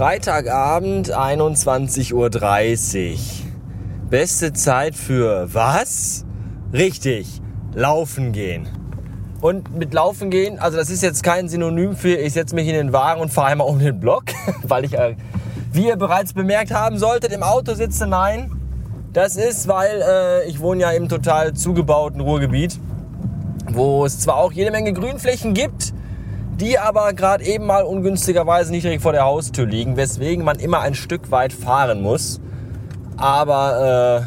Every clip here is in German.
Freitagabend, 21:30 Uhr. Beste Zeit für was? Richtig, laufen gehen. Und mit laufen gehen, also das ist jetzt kein Synonym für, ich setze mich in den Wagen und fahre einmal um den Block, weil ich, wie ihr bereits bemerkt haben solltet, im Auto sitze. Nein, das ist, weil ich wohne ja im total zugebauten Ruhrgebiet, wo es zwar auch jede Menge Grünflächen gibt, die aber gerade eben mal ungünstigerweise nicht direkt vor der Haustür liegen, weswegen man immer ein Stück weit fahren muss. Aber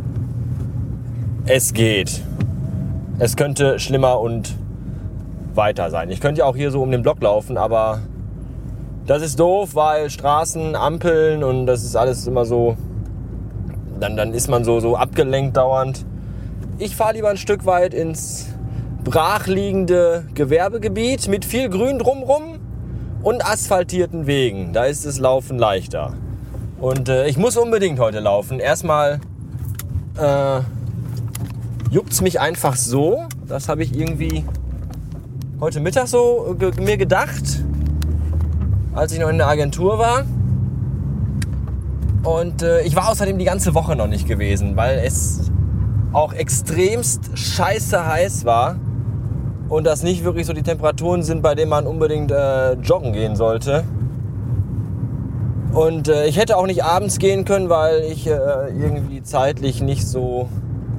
es geht. Es könnte schlimmer und weiter sein. Ich könnte ja auch hier so um den Block laufen, aber das ist doof, weil Straßen, Ampeln und das ist alles immer so, dann ist man so abgelenkt dauernd. Ich fahre lieber ein Stück weit ins brachliegende Gewerbegebiet mit viel Grün drumrum und asphaltierten Wegen. Da ist das Laufen leichter. Und ich muss unbedingt heute laufen. Erstmal juckt's mich einfach so. Das habe ich irgendwie heute Mittag so mir gedacht, als ich noch in der Agentur war. Und ich war außerdem die ganze Woche noch nicht gewesen, weil es auch extremst scheiße heiß war und das nicht wirklich so die Temperaturen sind, bei denen man unbedingt joggen gehen sollte. Und ich hätte auch nicht abends gehen können, weil ich irgendwie zeitlich nicht so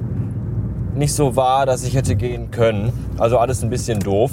war, dass ich hätte gehen können. Also alles ein bisschen doof.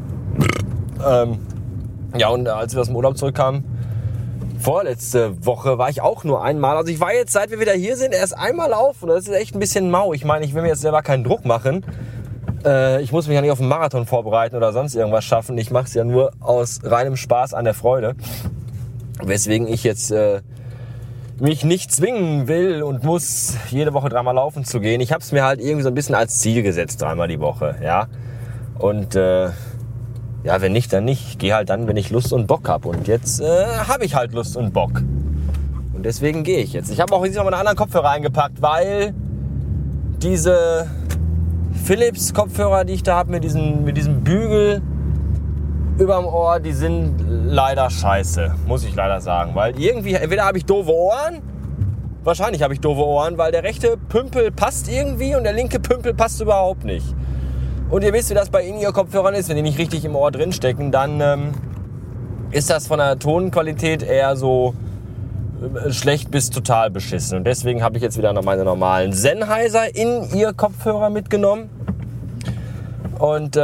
Ja, und als wir aus dem Urlaub zurückkamen, vorletzte Woche war ich auch nur einmal. Also ich war jetzt, seit wir wieder hier sind, erst einmal laufen. Das ist echt ein bisschen mau. Ich meine, ich will mir jetzt selber keinen Druck machen. Ich muss mich ja nicht auf einen Marathon vorbereiten oder sonst irgendwas schaffen. Ich mache es ja nur aus reinem Spaß an der Freude. Weswegen ich jetzt mich nicht zwingen will und muss, jede Woche 3-mal laufen zu gehen. Ich habe es mir halt irgendwie so ein bisschen als Ziel gesetzt, 3-mal die Woche. Ja? Und ja, wenn nicht, dann nicht. Ich gehe halt dann, wenn ich Lust und Bock habe. Und jetzt habe ich halt Lust und Bock. Und deswegen gehe ich jetzt. Ich habe auch jetzt noch meine anderen Kopfhörer eingepackt, weil diese Philips Kopfhörer, die ich da habe, mit diesem Bügel überm Ohr, die sind leider scheiße, muss ich leider sagen. Weil irgendwie, entweder habe ich doofe Ohren, wahrscheinlich habe ich doofe Ohren, weil der rechte Pümpel passt irgendwie und der linke Pümpel passt überhaupt nicht. Und ihr wisst, wie das bei In-Ear-Kopfhörern ist, wenn die nicht richtig im Ohr drin stecken, dann ist das von der Tonqualität eher so schlecht bis total beschissen. Und deswegen habe ich jetzt wieder noch meine normalen Sennheiser In-Ear-Kopfhörer mitgenommen. Und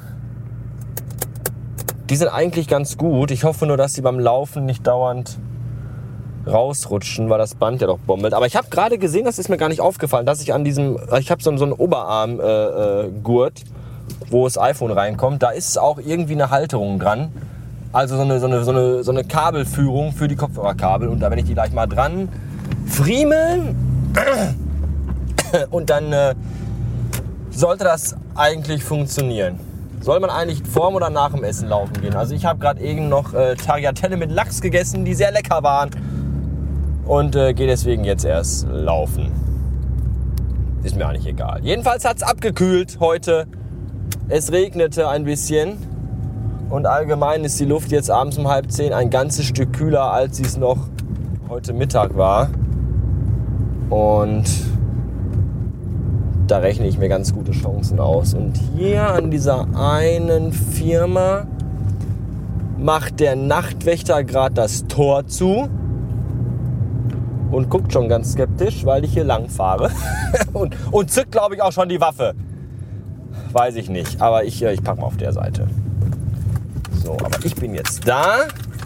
die sind eigentlich ganz gut. Ich hoffe nur, dass sie beim Laufen nicht dauernd rausrutschen, weil das Band ja doch bommelt. Aber ich habe gerade gesehen, das ist mir gar nicht aufgefallen, dass ich an diesem, ich habe so einen Oberarm-Gurt, wo das iPhone reinkommt. Da ist auch irgendwie eine Halterung dran. Also so eine Kabelführung für die Kopfhörerkabel. Und da werde ich die gleich mal dran friemeln. Und dann sollte das eigentlich funktionieren. Soll man eigentlich vorm oder nach dem Essen laufen gehen? Also ich habe gerade eben noch Tagliatelle mit Lachs gegessen, die sehr lecker waren. Und gehe deswegen jetzt erst laufen. Ist mir eigentlich egal. Jedenfalls hat es abgekühlt heute. Es regnete ein bisschen. Und allgemein ist die Luft jetzt abends um 9:30 ein ganzes Stück kühler, als sie es noch heute Mittag war. Und da rechne ich mir ganz gute Chancen aus. Und hier an dieser einen Firma macht der Nachtwächter gerade das Tor zu und guckt schon ganz skeptisch, weil ich hier lang fahre. und zückt, glaube ich, auch schon die Waffe. Weiß ich nicht, aber ich packe mal auf der Seite. So, aber ich bin jetzt da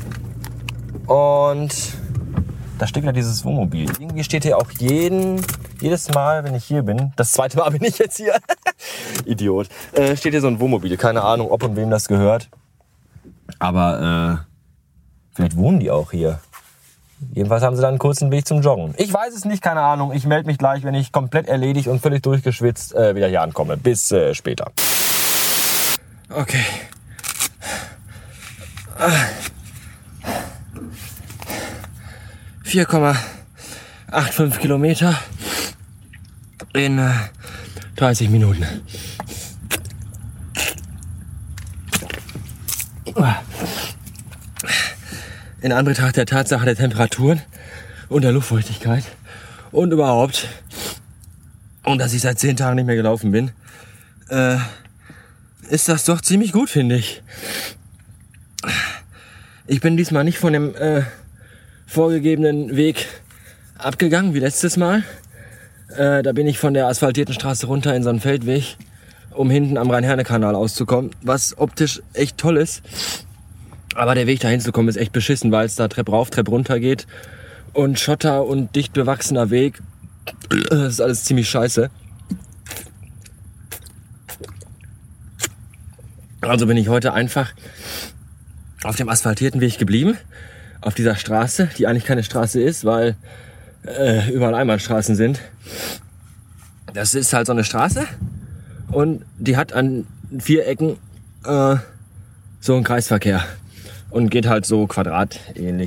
und da steht wieder dieses Wohnmobil. Irgendwie steht hier auch jedes Mal, wenn ich hier bin, das zweite Mal bin ich jetzt hier, Idiot, steht hier so ein Wohnmobil. Keine Ahnung, ob und wem das gehört. Aber vielleicht wohnen die auch hier. Jedenfalls haben sie da einen kurzen Weg zum Joggen. Ich weiß es nicht, keine Ahnung. Ich melde mich gleich, wenn ich komplett erledigt und völlig durchgeschwitzt wieder hier ankomme. Bis später. Okay. 4,85 Kilometer in 30 Minuten. in Anbetracht der Tatsache der Temperaturen und der Luftfeuchtigkeit und überhaupt, und dass ich seit 10 Tagen nicht mehr gelaufen bin, ist das doch ziemlich gut, finde ich. Ich bin diesmal nicht von dem vorgegebenen Weg abgegangen wie letztes Mal. Da bin ich von der asphaltierten Straße runter in so einen Feldweg, um hinten am Rhein-Herne-Kanal auszukommen, was optisch echt toll ist. Aber der Weg dahin zu kommen ist echt beschissen, weil es da Treppe rauf, Treppe runter geht und Schotter und dicht bewachsener Weg. Das ist alles ziemlich scheiße. Also bin ich heute einfach auf dem asphaltierten Weg geblieben, auf dieser Straße, die eigentlich keine Straße ist, weil überall Einbahnstraßen sind. Das ist halt so eine Straße und die hat an 4 Ecken so einen Kreisverkehr und geht halt so quadratähnlich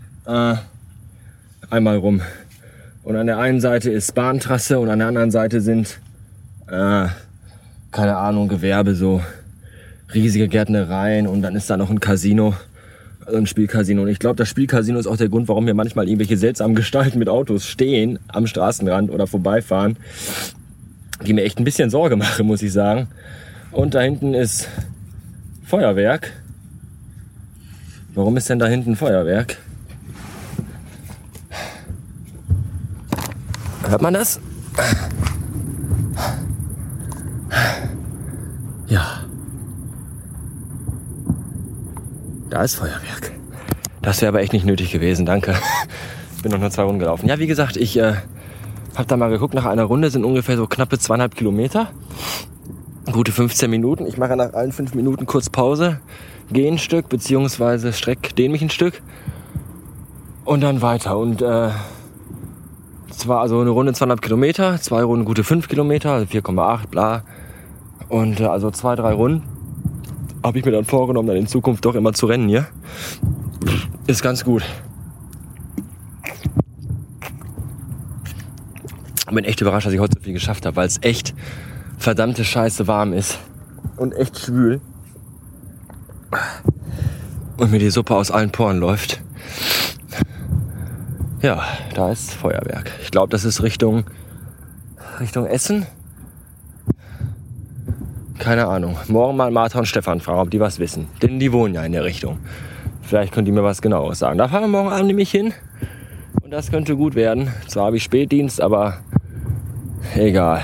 einmal rum. Und an der einen Seite ist Bahntrasse und an der anderen Seite sind, keine Ahnung, Gewerbe, so riesige Gärtnereien und dann ist da noch ein Casino. Also ein Spielcasino. Und ich glaube, das Spielcasino ist auch der Grund, warum hier manchmal irgendwelche seltsamen Gestalten mit Autos stehen am Straßenrand oder vorbeifahren, die mir echt ein bisschen Sorge machen, muss ich sagen. Und da hinten ist Feuerwerk. Warum ist denn da hinten Feuerwerk? Hört man das? Ja. Da ist Feuerwerk. Das wäre aber echt nicht nötig gewesen, danke. Bin noch nur 2 Runden gelaufen. Ja, wie gesagt, ich habe da mal geguckt, nach einer Runde sind ungefähr so knappe 2,5 Kilometer. Gute 15 Minuten. Ich mache nach allen 5 Minuten kurz Pause, gehe ein Stück, beziehungsweise dehne mich ein Stück und dann weiter. Und zwar also eine Runde 2,5 Kilometer, 2 Runden gute 5 Kilometer, also 4,8, bla. Und also 2, 3 Runden. Habe ich mir dann vorgenommen, dann in Zukunft doch immer zu rennen hier. Ist ganz gut. Bin echt überrascht, dass ich heute so viel geschafft habe, weil es echt verdammte Scheiße warm ist. Und echt schwül. Und mir die Suppe aus allen Poren läuft. Ja, da ist Feuerwerk. Ich glaube, das ist Richtung Essen. Keine Ahnung. Morgen mal Martha und Stefan fragen, ob die was wissen. Denn die wohnen ja in der Richtung. Vielleicht können die mir was Genaues sagen. Da fahren wir morgen Abend nämlich hin. Und das könnte gut werden. Zwar habe ich Spätdienst, aber egal.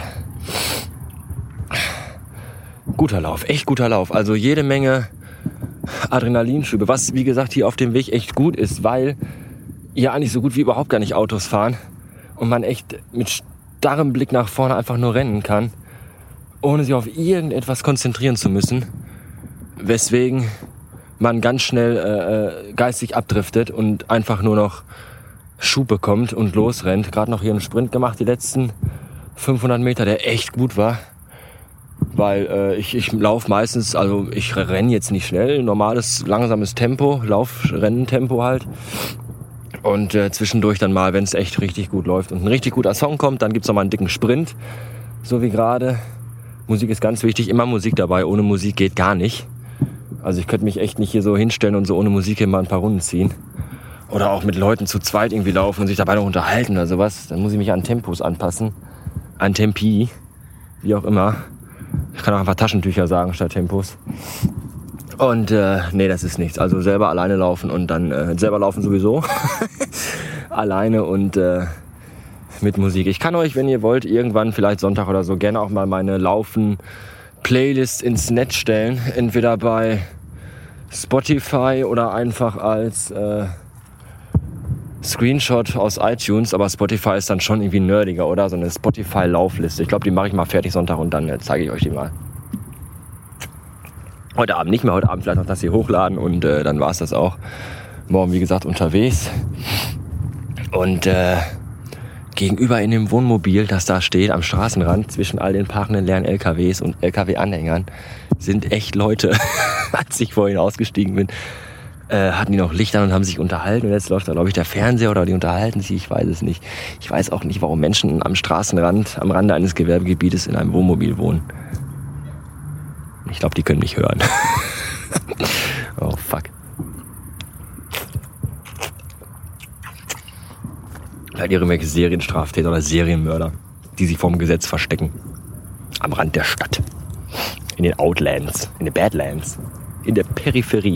Guter Lauf, echt guter Lauf. Also jede Menge Adrenalinschübe. Was, wie gesagt, hier auf dem Weg echt gut ist, weil hier eigentlich so gut wie überhaupt gar nicht Autos fahren. Und man echt mit starrem Blick nach vorne einfach nur rennen kann, ohne sich auf irgendetwas konzentrieren zu müssen, weswegen man ganz schnell geistig abdriftet und einfach nur noch Schub bekommt und losrennt. Gerade noch hier einen Sprint gemacht, die letzten 500 Meter, der echt gut war, weil ich laufe meistens, also ich renne jetzt nicht schnell, normales, langsames Tempo, Renntempo halt. Und zwischendurch dann mal, wenn es echt richtig gut läuft und ein richtig guter Song kommt, dann gibt's noch mal einen dicken Sprint, so wie gerade. Musik ist ganz wichtig, immer Musik dabei, ohne Musik geht gar nicht. Also ich könnte mich echt nicht hier so hinstellen und so ohne Musik hier mal ein paar Runden ziehen. Oder auch mit Leuten zu zweit irgendwie laufen und sich dabei noch unterhalten oder sowas. Dann muss ich mich an Tempos anpassen. An Tempi, wie auch immer. Ich kann auch einfach Taschentücher sagen statt Tempos. Und nee, das ist nichts. Also selber alleine laufen und dann selber laufen sowieso. Alleine und mit Musik. Ich kann euch, wenn ihr wollt, irgendwann vielleicht Sonntag oder so gerne auch mal meine Laufen-Playlist ins Netz stellen. Entweder bei Spotify oder einfach als Screenshot aus iTunes. Aber Spotify ist dann schon irgendwie nerdiger, oder? So eine Spotify-Laufliste. Ich glaube, die mache ich mal fertig Sonntag und dann zeige ich euch die mal. Heute Abend nicht mehr. Heute Abend vielleicht noch das hier hochladen und dann war es das auch. Morgen, wie gesagt, unterwegs. Und gegenüber in dem Wohnmobil, das da steht, am Straßenrand, zwischen all den parkenden leeren LKWs und LKW-Anhängern, sind echt Leute. Als ich vorhin ausgestiegen bin, hatten die noch Licht an und haben sich unterhalten. Und jetzt läuft da, glaube ich, der Fernseher oder die unterhalten sich, ich weiß es nicht. Ich weiß auch nicht, warum Menschen am Straßenrand, am Rande eines Gewerbegebietes in einem Wohnmobil wohnen. Ich glaube, die können mich hören. Oh, fuck. Vielleicht irgendwelche Serienstraftäter oder Serienmörder, die sich vorm Gesetz verstecken. Am Rand der Stadt. In den Outlands, in den Badlands, in der Peripherie.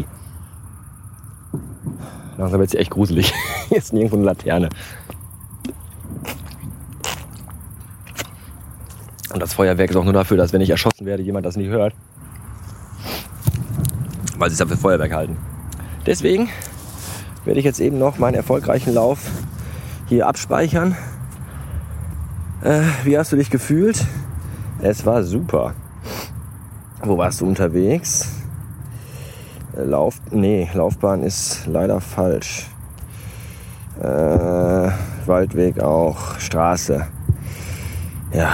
Langsam wird es echt gruselig. Hier ist nirgendwo eine Laterne. Und das Feuerwerk ist auch nur dafür, dass wenn ich erschossen werde, jemand das nicht hört. Weil sie es ja für Feuerwerk halten. Deswegen werde ich jetzt eben noch meinen erfolgreichen Lauf hier abspeichern. Wie hast du dich gefühlt? Es war super. Wo warst du unterwegs? Laufbahn ist leider falsch. Waldweg auch. Straße. Ja.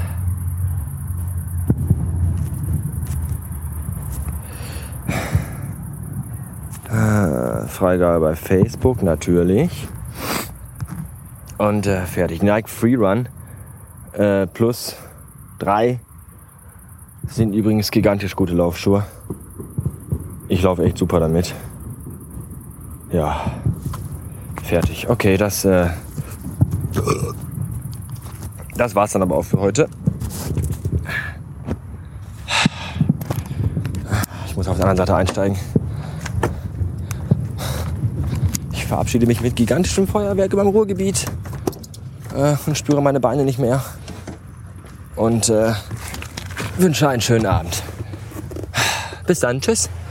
Freigabe bei Facebook natürlich. Und fertig. Nike Freerun plus 3 sind übrigens gigantisch gute Laufschuhe. Ich laufe echt super damit. Ja, fertig. Okay, das war's dann aber auch für heute. Ich muss auf der anderen Seite einsteigen. Ich verabschiede mich mit gigantischem Feuerwerk über dem Ruhrgebiet und spüre meine Beine nicht mehr. Und wünsche einen schönen Abend. Bis dann, tschüss.